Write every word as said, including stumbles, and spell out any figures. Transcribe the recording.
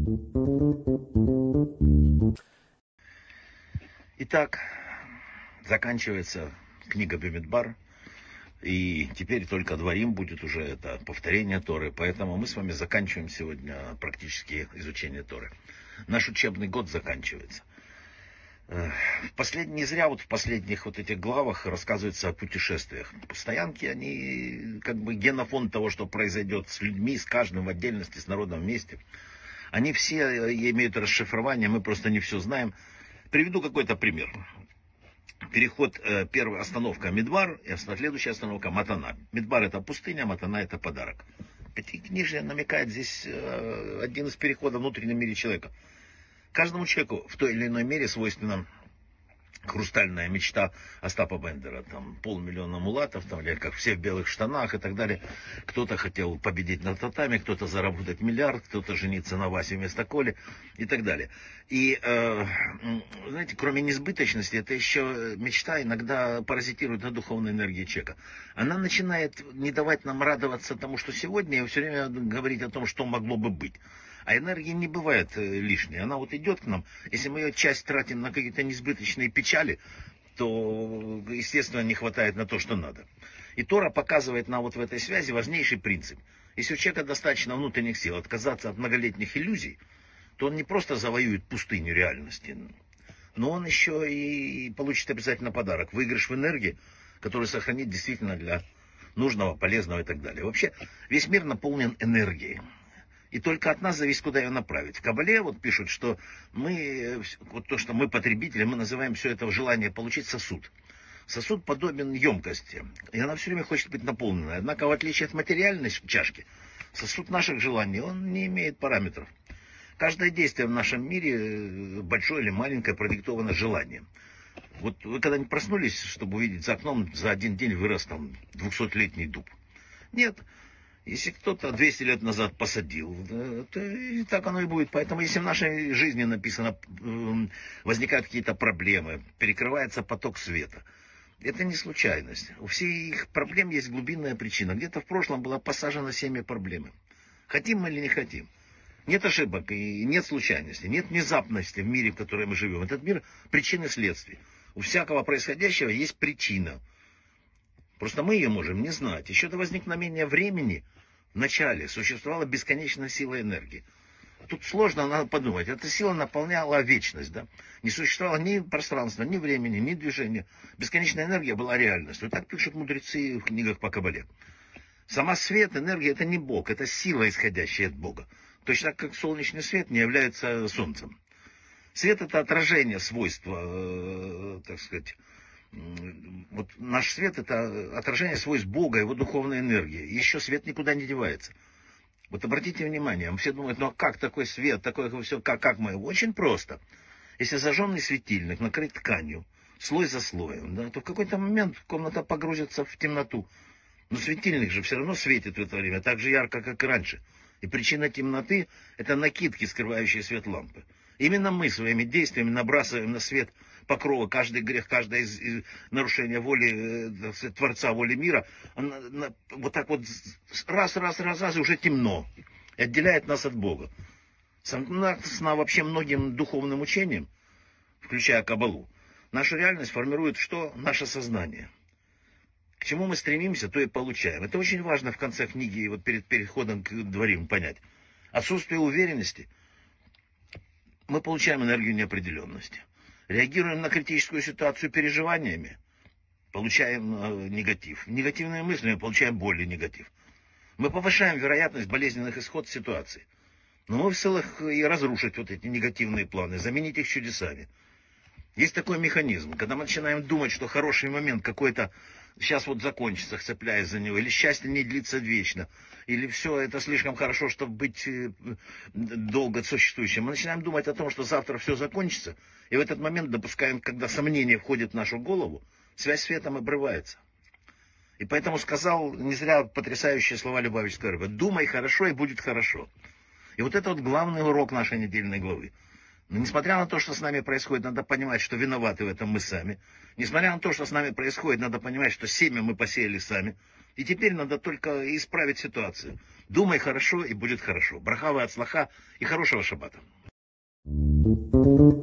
Итак, заканчивается книга Бамидбар, и теперь только Дворим будет уже это повторение Торы, поэтому мы с вами заканчиваем сегодня практически изучение Торы. Наш учебный год заканчивается. В послед... Не зря вот в последних вот этих главах рассказывается о путешествиях. Постоянки, они как бы генофонд того, что произойдет с людьми, с каждым в отдельности, с народом вместе. Они все имеют расшифрование, мы просто не все знаем. Приведу какой-то пример. Переход, э, первая остановка Мидбар, и следующая остановка Матана. Мидбар — это пустыня, Матана — это подарок. Пятикнижие намекает здесь э, один из переходов в внутреннем мире человека. Каждому человеку в той или иной мере свойственна хрустальная мечта Остапа Бендера. Там полмиллиона мулатов, там, или как все в белых штанах и так далее. Кто-то хотел победить на татами, кто-то заработать миллиард, кто-то жениться на Васе вместо Коли и так далее. И, э, знаете, кроме несбыточности, это еще мечта иногда паразитирует на духовной энергии человека. Она начинает не давать нам радоваться тому, что сегодня, и все время говорить о том, что могло бы быть. А энергия не бывает лишней. Она вот идет к нам. Если мы ее часть тратим на какие-то несбыточные печали, то, естественно, не хватает на то, что надо. И Тора показывает нам вот в этой связи важнейший принцип. Если у человека достаточно внутренних сил отказаться от многолетних иллюзий, то он не просто завоюет пустыню реальности, но он еще и получит обязательно подарок. Выигрыш в энергии, который сохранит действительно для нужного, полезного и так далее. Вообще, весь мир наполнен энергией. И только от нас зависит, куда ее направить. В Кабале вот пишут, что мы, вот то, что мы потребители, мы называем все это желание получить сосуд. Сосуд подобен емкости, и она все время хочет быть наполненной. Однако, в отличие от материальной чашки, сосуд наших желаний, он не имеет параметров. Каждое действие в нашем мире, большое или маленькое, продиктовано желанием. Вот вы когда-нибудь проснулись, чтобы увидеть за окном, за один день вырос там двухсотлетний дуб? Нет. Если кто-то двести лет назад посадил, то и так оно и будет. Поэтому, если в нашей жизни написано, возникают какие-то проблемы, перекрывается поток света, это не случайность. У всех проблем есть глубинная причина. Где-то в прошлом было посажено семя проблемы. Хотим мы или не хотим. Нет ошибок и нет случайности, нет внезапности в мире, в котором мы живем. Этот мир — причины и следствия. У всякого происходящего есть причина. Просто мы ее можем не знать. Еще до возникновения времени в начале существовала бесконечная сила энергии. Тут сложно, надо подумать. Эта сила наполняла вечность. Да? Не существовало ни пространства, ни времени, ни движения. Бесконечная энергия была реальностью. Так пишут мудрецы в книгах по Кабале. Сама свет, энергия — это не Бог, это сила, исходящая от Бога. Точно так, как солнечный свет не является солнцем. Свет — это отражение свойства, э, так сказать. Вот наш свет — это отражение свойств Бога, его духовной энергии. Еще свет никуда не девается. Вот обратите внимание, все думают, ну а как такой свет, такое все, как, как мы? Очень просто. Если зажженный светильник накрыть тканью, слой за слоем, да, то в какой-то момент комната погрузится в темноту. Но светильник же все равно светит в это время так же ярко, как и раньше. И причина темноты — это накидки, скрывающие свет лампы. Именно мы своими действиями набрасываем на свет покрова каждый грех, каждое из, из нарушение воли э, Творца, воли мира. На, на, вот так вот раз, раз, раз, раз, и уже темно. И отделяет нас от Бога. Согласно вообще многим духовным учениям, включая Кабалу, нашу реальность формирует что? Наше сознание. К чему мы стремимся, то и получаем. Это очень важно в конце книги, вот перед переходом к Дворим, понять. Отсутствие уверенности — мы получаем энергию неопределенности. Реагируем на критическую ситуацию переживаниями, получаем э, негатив. Негативными мыслями получаем боль и негатив. Мы повышаем вероятность болезненных исходов ситуации. Но мы в силах и разрушить вот эти негативные планы, заменить их чудесами. Есть такой механизм, когда мы начинаем думать, что хороший момент какой-то сейчас вот закончится, цепляясь за него, или счастье не длится вечно, или все это слишком хорошо, чтобы быть долго существующим. Мы начинаем думать о том, что завтра все закончится, и в этот момент допускаем, когда сомнение входит в нашу голову, связь с светом обрывается. И поэтому сказал не зря потрясающие слова Любавичского Рэбе: думай хорошо, и будет хорошо. И вот это вот главный урок нашей недельной главы. Но несмотря на то, что с нами происходит, надо понимать, что виноваты в этом мы сами. Несмотря на то, что с нами происходит, надо понимать, что семя мы посеяли сами. И теперь надо только исправить ситуацию. Думай хорошо, и будет хорошо. Брахава от слаха и хорошего шаббата.